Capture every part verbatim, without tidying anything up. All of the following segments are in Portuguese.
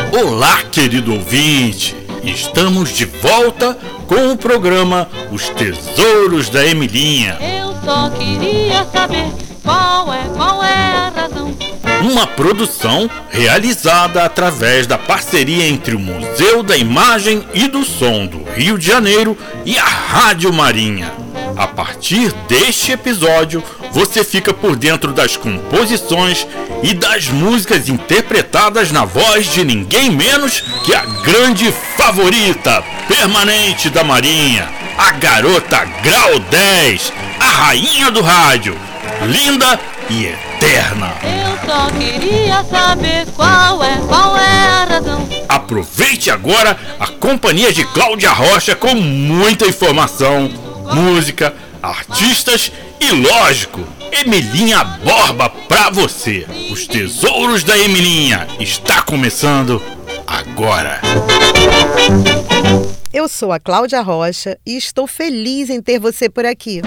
Olá, querido ouvinte! Estamos de volta com o programa Os Tesouros da Emilinha. Eu só queria saber qual é, qual é a razão. Uma produção realizada através da parceria entre o Museu da Imagem e do Som do Rio de Janeiro e a Rádio Marinha. A partir deste episódio, você fica por dentro das composições e das músicas interpretadas na voz de ninguém menos que a grande favorita permanente da Marinha, a garota Grau dez, a rainha do rádio, linda e eterna. Eu só queria saber qual é, qual é a razão. Aproveite agora a companhia de Cláudia Rocha com muita informação, música, artistas e, lógico, Emilinha Borba pra você. Os Tesouros da Emilinha está começando agora. Eu sou a Cláudia Rocha e estou feliz em ter você por aqui.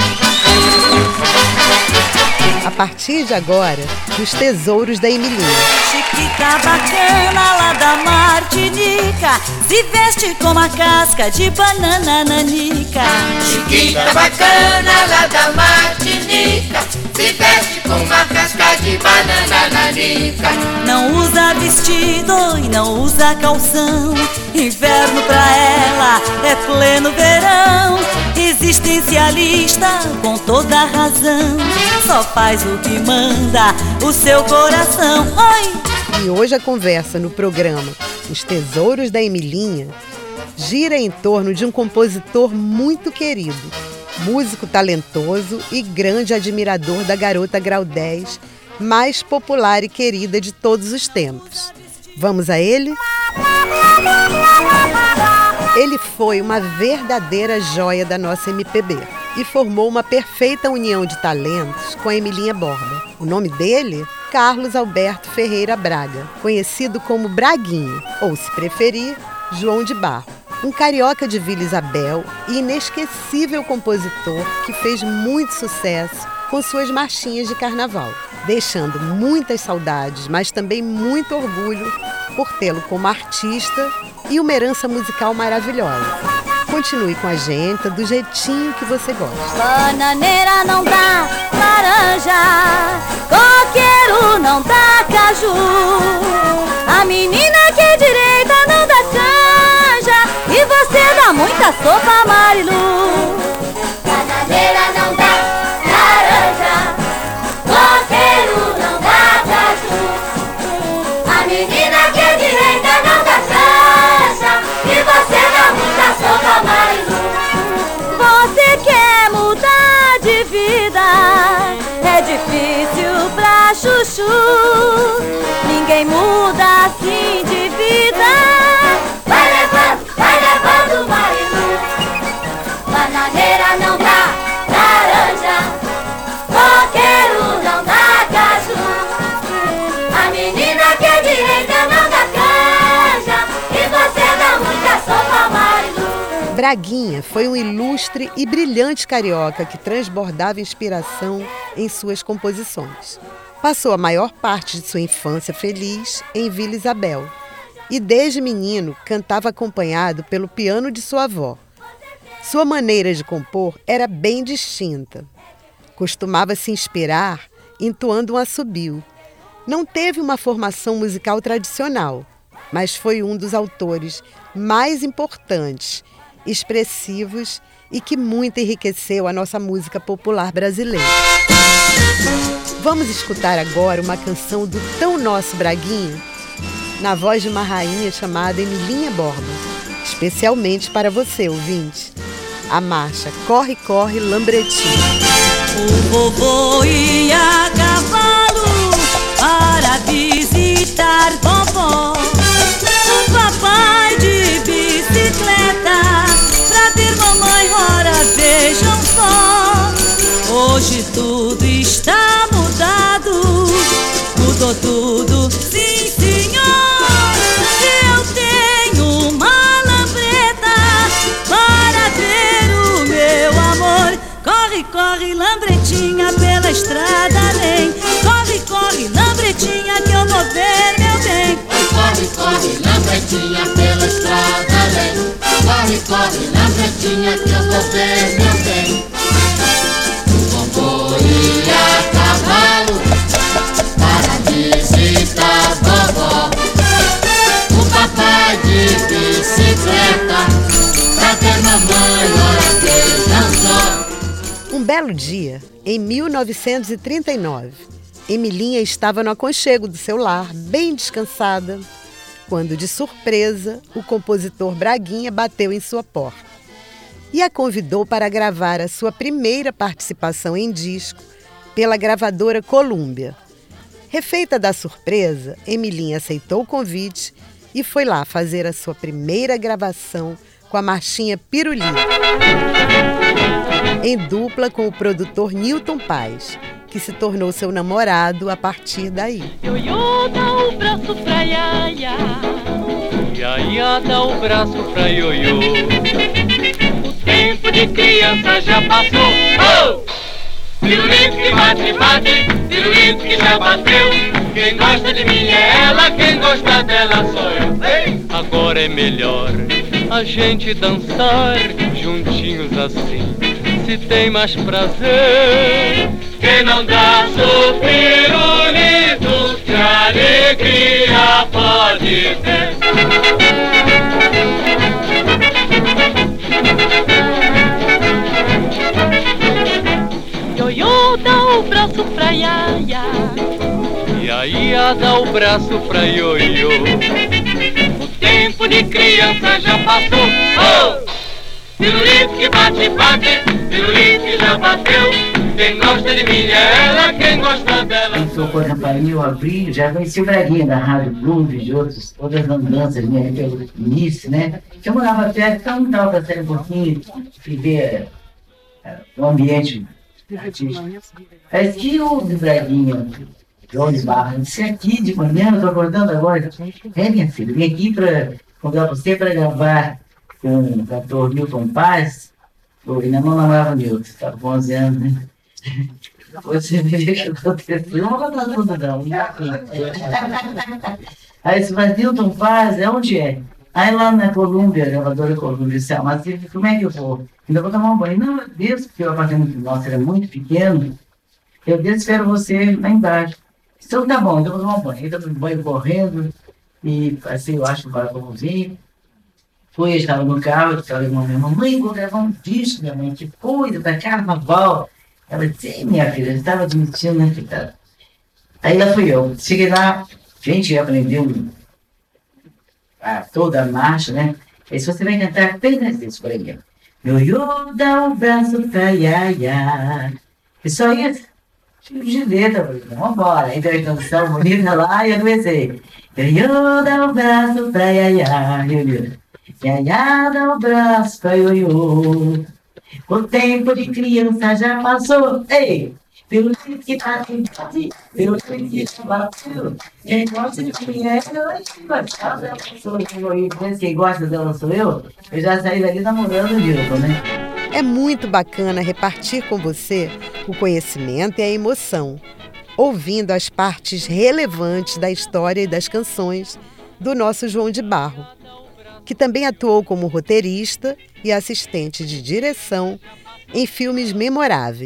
A partir de agora, os Tesouros da Emilinha. Chiquita bacana lá da Martinica, se veste com uma casca de banana nanica. Chiquita bacana lá da Martinica, se veste com uma casca de banana nanica. Não usa vestido e não usa calção, inverno pra ela é pleno verão. Existencialista com toda a razão, só faz o que manda o seu coração. Oi! E hoje a conversa no programa Os Tesouros da Emilinha gira em torno de um compositor muito querido, músico talentoso e grande admirador da garota Grau dez, mais popular e querida de todos os tempos. Vamos a ele? Ele foi uma verdadeira joia da nossa M P B e formou uma perfeita união de talentos com a Emilinha Borba. O nome dele? Carlos Alberto Ferreira Braga, conhecido como Braguinha, ou, se preferir, João de Barro. Um carioca de Vila Isabel e inesquecível compositor que fez muito sucesso com suas marchinhas de carnaval, deixando muitas saudades, mas também muito orgulho por tê-lo como artista e uma herança musical maravilhosa. Continue com a gente do jeitinho que você gosta. Bananeira não dá laranja, coqueiro não dá caju, a menina que é direita não dá canja, e você dá muita sopa, Marilu. Bananeira não dá laranja, coqueiro não dá caju, a menina que é direita não dá canja, e você dá muita sopa, Marilu. Você quer mudar de vida, é difícil pra chuchu, ninguém muda assim de vida. Vai levando, vai levando, Marilu. Bananeira não dá laranja, coqueiro não dá caju, a menina que é direita não dá canja, e você dá muita sopa, Marilu. Braguinha foi um ilustre e brilhante carioca que transbordava inspiração em suas composições. Passou a maior parte de sua infância feliz em Vila Isabel e, desde menino, cantava acompanhado pelo piano de sua avó. Sua maneira de compor era bem distinta. Costumava se inspirar entoando um assobio. Não teve uma formação musical tradicional, mas foi um dos autores mais importantes, expressivos e que muito enriqueceu a nossa música popular brasileira. Vamos escutar agora uma canção do tão nosso Braguinha, na voz de uma rainha chamada Emilinha Borba, especialmente para você, ouvinte. A marcha Corre, Corre, Lambretinho. O vovô ia a cavalo para visitar vovó, o papai de bicicleta pra ter mamãe, ora vejam só. Hoje tudo está mudado, mudou tudo, sim senhor. Eu tenho uma lambreta para ver o meu amor. Corre, corre, lambretinha pela estrada lenta. pretinha pela estrada além. Corre, corre na pretinha que eu vou ver meu bem. Vou correr a cavalo para visitar vovó. O papai de bicicleta pra ter mamãe, ora vejam só. Um belo dia, em mil novecentos e trinta e nove, Emilinha estava no aconchego do seu lar, bem descansada, quando, de surpresa, o compositor Braguinha bateu em sua porta e a convidou para gravar a sua primeira participação em disco pela gravadora Columbia. Refeita da surpresa, Emilinha aceitou o convite e foi lá fazer a sua primeira gravação com a marchinha Pirulito, em dupla com o produtor Nilton Paz, que se tornou seu namorado a partir daí. Ioiô, dá o braço pra Iaia, Iaia dá o braço pra Ioiô. O tempo de criança já passou. Oh! Pirulito que bate, bate, pirulito que já bateu. Quem gosta de mim é ela, quem gosta dela sou eu. Ei! Agora é melhor a gente dançar juntinhos assim, se tem mais prazer. Quem não dança o pirulito, que alegria pode ter. Ioiô dá o braço pra Iaia, Iaia dá o braço pra Ioiô. O tempo de criança já passou. Oh! Pirulito que bate, bate, pirulito que já bateu. Quem gosta de mim é ela, quem gosta dela. Eu sou por exemplo, eu abri, já conheci o Braguinha da Rádio Blues e de outros, outras andanças minha pelo início, né? Eu morava perto, então dava para sair um pouquinho e ver uh, o ambiente artístico. Parece que o Braguinha, João de Barra, disse aqui de manhã, eu estou acordando agora. É, minha filha, vim aqui para convidar você para gravar com o cantor Nilton Paz. Eu ainda não namorava o Nilton, estava com onze anos, né? Você vê o que aconteceu, não vou contar tudo não. Aí disse, mas Nilton Paz, é onde é? Aí lá na Colômbia, a gravadora Colômbia, disse, ah, mas como é que eu vou? Ainda vou tomar um banho. Não, eu desço, porque o apartamento nosso era muito pequeno, eu desço e espero você lá embaixo. Então tá bom, então eu vou tomar um banho. Aí eu tomei um banho correndo, e assim, eu acho que para o vinho. Fui, eu estava no carro, eu falei com a minha mamãe, vou gravar um disco, minha mãe, que coisa, para carnaval. Ela disse, minha filha, eu estava admitindo, né, filha? Aí lá fui eu, cheguei lá, gente, aprendeu a, toda a marcha, né? Aí se você vai cantar apenas isso por aí, meu iô dá o braço pra Iaia. E só isso, tipo de letra, vamos embora. Aí deu a canção bonita lá e eu comecei. Meu iô dá o braço pra Iaia, Iaia dá o braço pra Ioiô. O tempo de criança já passou. Ei, pelo que tá aqui, pelo que já bateu. Quem gosta de criança, quem gosta dela sou eu. Quem gosta dela sou eu. Eu já saí dali namorando o Nilton, né? É muito bacana repartir com você o conhecimento e a emoção, ouvindo as partes relevantes da história e das canções do nosso João de Barro, que também atuou como roteirista e assistente de direção em filmes memoráveis.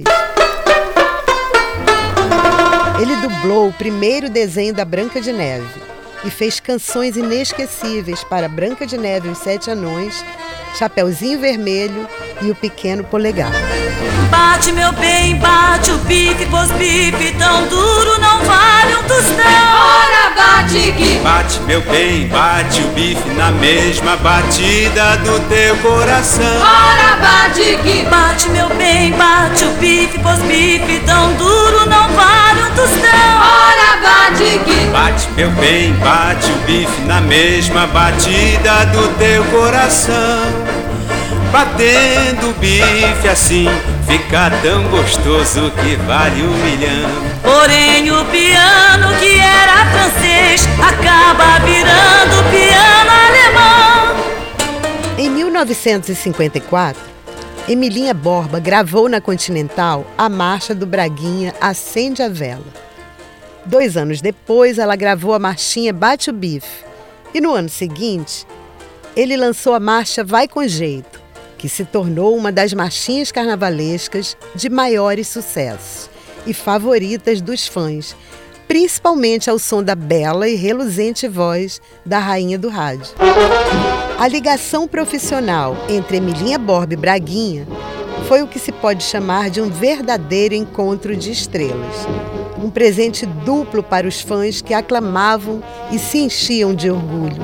Ele dublou o primeiro desenho da Branca de Neve e fez canções inesquecíveis para Branca de Neve e os Sete Anões, Chapeuzinho Vermelho e O Pequeno Polegar. Bate, meu bem, bate o bife, pois bife tão duro não vale um tostão. Ora, bate que bate, meu bem, bate o bife na mesma batida do teu coração. Ora, bate que bate, meu bem, bate o bife, pois bife tão duro não vale um tostão. Ora, bate que bate, meu bem, bate o bife na mesma batida do teu coração. Batendo o bife assim, fica tão gostoso que vale um milhão. Porém o piano que era francês acaba virando piano alemão. Em mil novecentos e cinquenta e quatro, Emilinha Borba gravou na Continental a marcha do Braguinha Acende a Vela. Dois anos depois, ela gravou a marchinha Bate o Bife E no ano seguinte, ele lançou a marcha Vai com Jeito, que se tornou uma das marchinhas carnavalescas de maiores sucessos e favoritas dos fãs, principalmente ao som da bela e reluzente voz da rainha do rádio. A ligação profissional entre Emilinha Borba e Braguinha foi o que se pode chamar de um verdadeiro encontro de estrelas. Um presente duplo para os fãs que aclamavam e se enchiam de orgulho.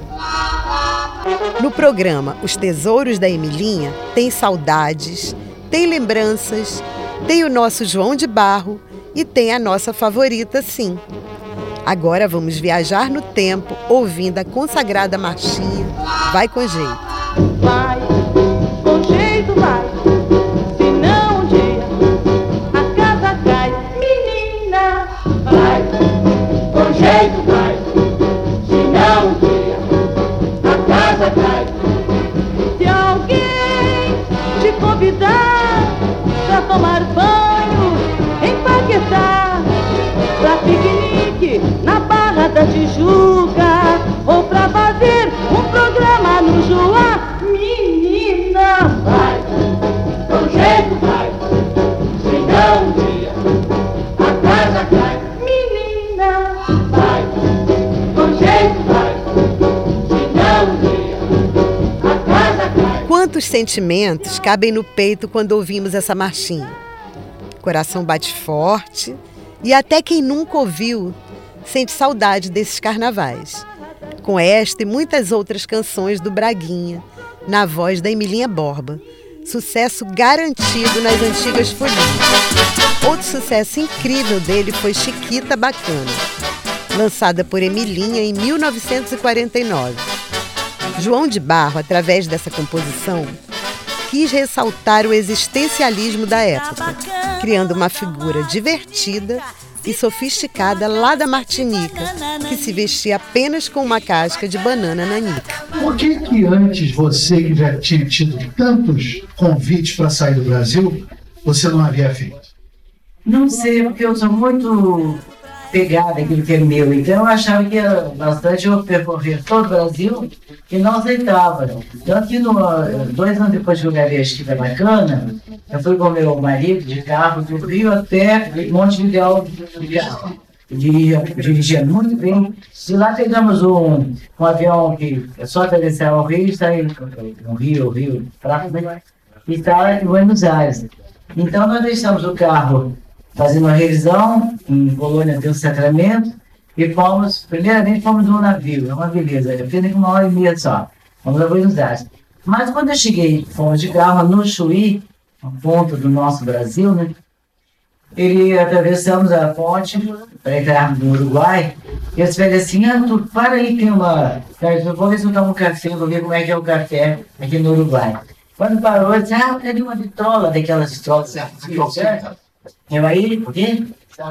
No programa Os Tesouros da Emilinha, tem saudades, tem lembranças, tem o nosso João de Barro e tem a nossa favorita, sim. Agora vamos viajar no tempo ouvindo a consagrada marchinha Vai com Jeito. Vai, com jeito vai, senão um dia a casa cai. Menina, vai, com jeito vai, senão um dia a casa cai. Se alguém te convidar pra tomar banho em Paquetá, pra piquenique na Barra da Tijuca, ou pra fazer um programa no Joá, menina, vai, com jeito vai, senão um dia a casa cai. Menina, vai, com jeito vai, senão um dia a casa cai. Quantos sentimentos cabem no peito quando ouvimos essa marchinha? O coração bate forte e até quem nunca ouviu sente saudade desses carnavais. Com esta e muitas outras canções do Braguinha, na voz da Emilinha Borba. Sucesso garantido nas antigas folias. Outro sucesso incrível dele foi Chiquita Bacana, lançada por Emilinha em mil novecentos e quarenta e nove. João de Barro, através dessa composição, quis ressaltar o existencialismo da época, criando uma figura divertida e sofisticada lá da Martinica, que se vestia apenas com uma casca de banana nanica. Por que que antes você, que já tinha tido tantos convites para sair do Brasil, você não havia feito? Não sei, porque eu sou muito pegada àquilo que é meu, então eu achava que era bastante eu percorrer todo o Brasil e não aceitava. Tanto que no, dois anos depois que eu gravei a Chiquita Bacana, eu fui com meu marido de carro do Rio até Montevidéu de carro. Dirigindo muito bem. E lá pegamos um, um avião que é só atravessar o Rio e está no Rio, Rio, Prato, né? E está em Buenos Aires. Então nós deixamos o carro fazendo uma revisão em Colônia do Sacramento e fomos, primeiramente fomos num navio, é uma beleza, eu fiz uma hora e meia só, fomos a Buenos Aires. Mas quando eu cheguei, fomos de carro no Chuí, um ponto do nosso Brasil, né? Ele atravessamos a ponte para entrar no Uruguai, e eu falei assim, ah, tu, para aí, tem uma... Eu vou ver se eu tomo um café, vou ver como é que é o café aqui no Uruguai. Quando parou, eu disse, ah, eu de uma vitrola, daquelas vitrolas, certo? Eu aí, por quê?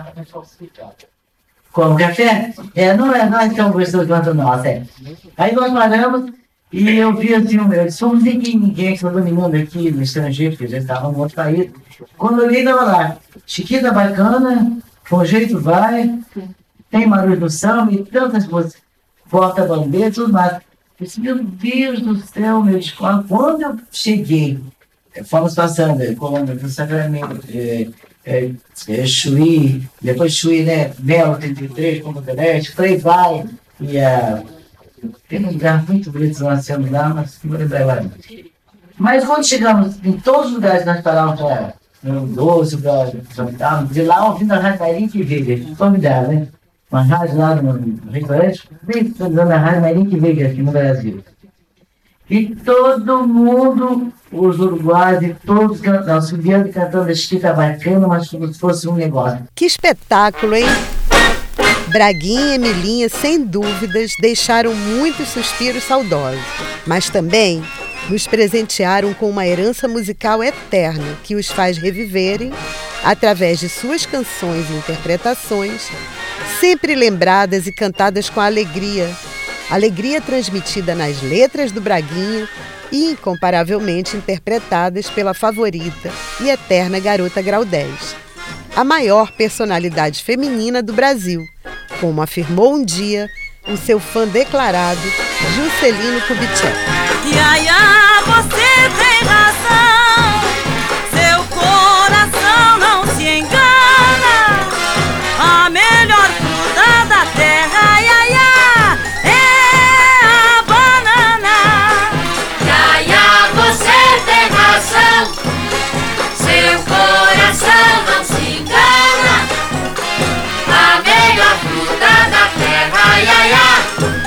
Como café? É, não é nós tão gostosos quanto nós, é. Aí nós paramos e eu vi assim, eu disse, vamos ver que ninguém que está dominando aqui no estrangeiro, porque já estava em outro país. Quando eu olhei, estava lá, Chiquita Bacana, com jeito vai, tem Marulho do Samba e tantas coisas, porta-bandeira, tudo mais. Eu disse, meu Deus do céu, meu Deus, quando eu cheguei, fomos passando, Colônia do Sacramento, é, é, é, Chuí, depois Chuí, né, Belo trinta e três, como Leste, Frei Vai, e a... tem um lugar muito bonito nascendo lá, mas não vou lembrar agora. Mas quando chegamos em todos os lugares que nós parávamos para no doce, para de lá ouvindo a Rádio Mairim que veio, formidável, né? Uma rádio lá no, no restaurante, bem usando a Rádio Mairim que veio aqui no Brasil. E todo mundo, os uruguaios e todos cantando, subindo e cantando a Chiquita Bacana, mas como se fosse um negócio. Que espetáculo, hein? Braguinha e Emilinha, sem dúvidas, deixaram muitos suspiros saudosos, mas também nos presentearam com uma herança musical eterna que os faz reviverem, através de suas canções e interpretações, sempre lembradas e cantadas com alegria, alegria transmitida nas letras do Braguinha e incomparavelmente interpretadas pela favorita e eterna Garota Grau dez, a maior personalidade feminina do Brasil, como afirmou um dia o seu fã declarado, Juscelino Kubitschek. Iaia, você tem razão, seu coração não se engana. A melhor fruta da terra, iaia, é a banana. Iaia, você tem razão, seu coração não se engana. A melhor fruta da terra, iaia,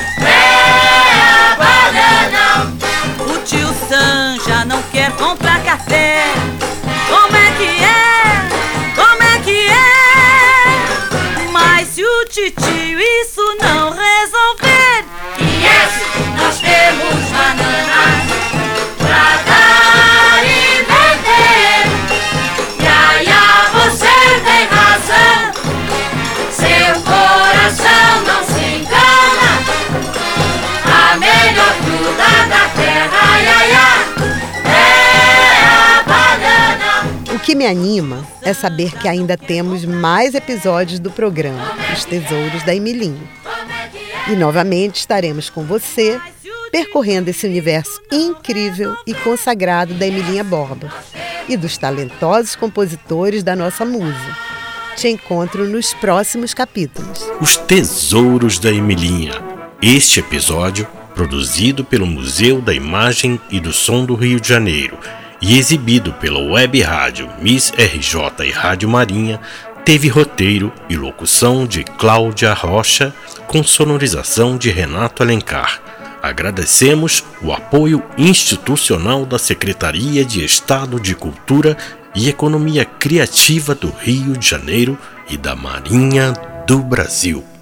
é a banana. O tio Sam já não quer comprar café. Como é que é? Como é que é? Mas se o titio isso não resolver, E esse nós temos bananas pra dar e vender. Iaia, você tem razão, seu coração não se engana. A melhor fruta da terra, iaia, é a banana. O que me anima é saber que ainda temos mais episódios do programa Os Tesouros da Emilinha. E novamente estaremos com você, percorrendo esse universo incrível e consagrado da Emilinha Borba e dos talentosos compositores da nossa musa. Te encontro nos próximos capítulos. Os Tesouros da Emilinha. Este episódio, produzido pelo Museu da Imagem e do Som do Rio de Janeiro e exibido pela Web Rádio Miss R J e Rádio Marinha, teve roteiro e locução de Cláudia Rocha, com sonorização de Renato Alencar. Agradecemos o apoio institucional da Secretaria de Estado de Cultura e Economia Criativa do Rio de Janeiro e da Marinha do Brasil.